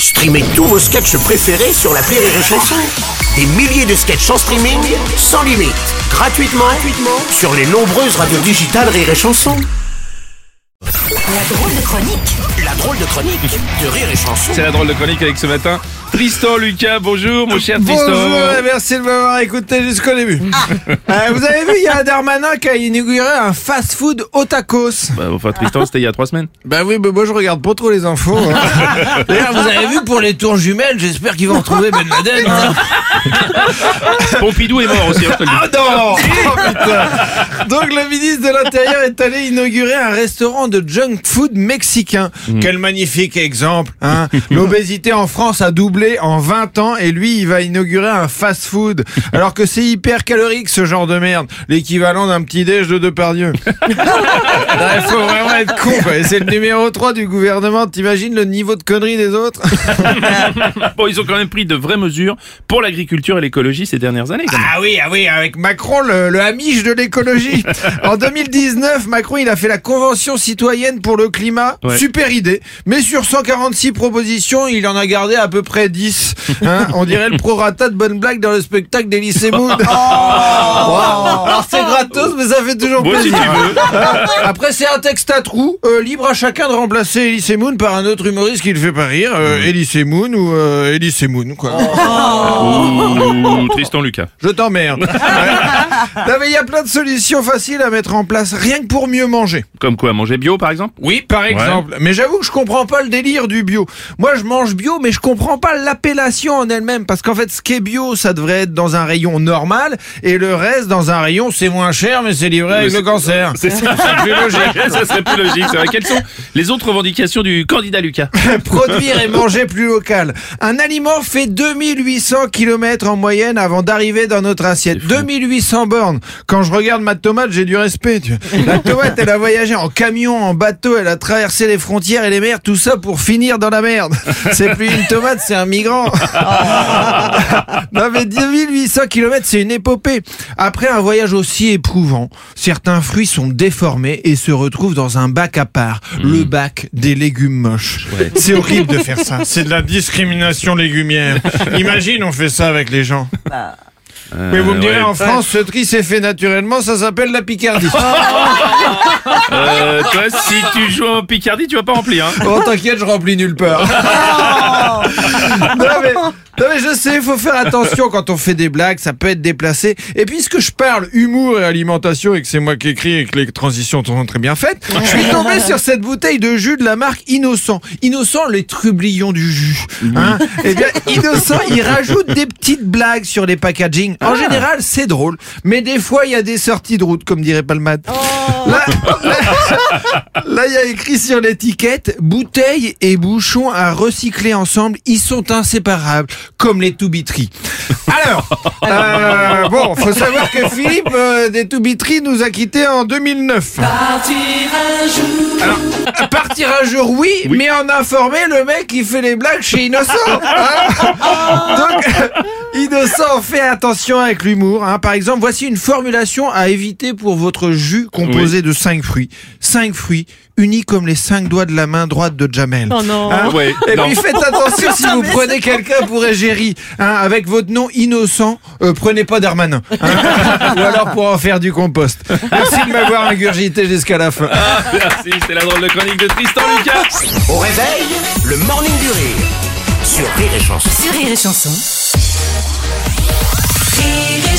Streamez tous vos sketchs préférés sur l'appli Rire et Chanson. Des milliers de sketchs en streaming, sans limite, gratuitement sur les nombreuses radios digitales Rire et Chanson. La drôle de chronique De Rire et Chanson. C'est la drôle de chronique avec ce matin Tristan Lucas. Bonjour mon cher Tristan. Bonjour et merci de m'avoir écouté jusqu'au début. Vous avez vu, il y a Darmanin qui a inauguré un fast-food au tacos. Enfin Tristan, c'était il y a 3 semaines. Bah oui, mais moi je regarde pas trop les infos. D'ailleurs, vous avez vu pour les tours jumelles, j'espère qu'ils vont retrouver Ben Laden. Pompidou est mort aussi, je te le dis. Ah non. Oh, putain. Donc le ministre de l'Intérieur est allé inaugurer un restaurant de junk food mexicain. Quel magnifique exemple, hein. L'obésité en France a doublé en 20 ans et lui il va inaugurer un fast-food alors que c'est hyper calorique ce genre de merde, l'équivalent d'un petit déj de Depardieu. Il faut vraiment être con quoi. Et c'est le numéro 3 du gouvernement, t'imagines le niveau de connerie des autres? Bon, ils ont quand même pris de vraies mesures pour l'agriculture et l'écologie ces dernières années. Ah oui, avec Macron, le Amish de l'écologie. En 2019, Macron il a fait la Convention citoyenne pour le climat. Ouais. Super idée. Mais sur 146 propositions, il en a gardé à peu près 10. Hein, on dirait le prorata de bonne blague dans le spectacle d'Elysée Moon. Wow. Alors c'est gratos, mais ça fait toujours Bon, si plaisir. tu veux. Après, c'est un texte à trous. Libre à chacun de remplacer Elysée Moon par un autre humoriste qui le fait pas rire. Elysée Moon ou Elysée Moon, quoi. Ou Tristan Lucas. Je t'emmerde. Non, mais il y a plein de solutions faciles à mettre en place, rien que pour mieux manger. Comme quoi, manger bio par exemple? Oui, par exemple. Mais j'avoue que je comprends pas le délire du bio. Moi, je mange bio, mais je comprends pas l'appellation en elle-même. Parce qu'en fait, ce qui est bio, ça devrait être dans un rayon normal. Et le reste, dans un rayon, c'est moins cher, mais c'est livré avec le cancer. C'est ça. C'est plus logique. Ça serait plus logique, c'est vrai. Quelles sont les autres revendications du candidat Lucas? Produire et manger plus local. Un aliment fait 2800 km en moyenne avant d'arriver dans notre assiette. 2800 bornes. Quand je regarde ma tomate, j'ai du respect. La tomate, elle a voyagé en camion, en bateau, elle a traversé les frontières et les mers, tout ça pour finir dans la merde. C'est plus une tomate, c'est un migrant. Non mais 2800 km, c'est une épopée. Après un voyage aussi éprouvant, certains fruits sont déformés et se retrouvent dans un bac à part. Le bac des légumes moches. Ouais. C'est horrible de faire ça. C'est de la discrimination légumière. Imagine, on fait ça avec les gens. Mais vous me direz, ouais. en France, ce tri s'est fait naturellement, ça s'appelle la Picardie. Toi, si tu joues en Picardie, tu vas pas remplir, hein. Bon, t'inquiète, je remplis nulle part. Non mais je sais, il faut faire attention quand on fait des blagues, ça peut être déplacé. Et puisque je parle humour et alimentation et que c'est moi qui écris et que les transitions sont très bien faites, je suis tombé sur cette bouteille de jus de la marque Innocent. Innocent, les trublions du jus. Hein. Eh bien, Innocent, il rajoute des petites blagues sur les packaging. En général, c'est drôle. Mais des fois, il y a des sorties de route, comme dirait Palmade. Là, il y a écrit sur l'étiquette, bouteille et bouchon à recycler ensemble, ils sont inséparables, comme les Toubitry. Alors, bon, faut savoir que Philippe des Toubitry nous a quittés en 2009. Alors, partir un jour, oui, mais en informer le mec qui fait les blagues chez Innocent. Hein. Donc, Innocent, fait attention avec l'humour. Hein. Par exemple, voici une formulation à éviter pour votre jus composé de 5 fruits. 5 fruits unis comme les 5 doigts de la main droite de Jamel. Oh non. Hein. Ouais, Et non. puis faites attention si vous prenez quelqu'un pour égérie. Hein, avec votre nom innocent, prenez pas Darmanin. Hein. Ou alors pour en faire du compost. Merci de m'avoir ingurgité jusqu'à la fin. Ah, merci, c'est la drôle de chronique de Tristan Lucas. Au réveil, le morning du rire. Sur Rire et Chanson. Sur Rire et Chanson. Rire et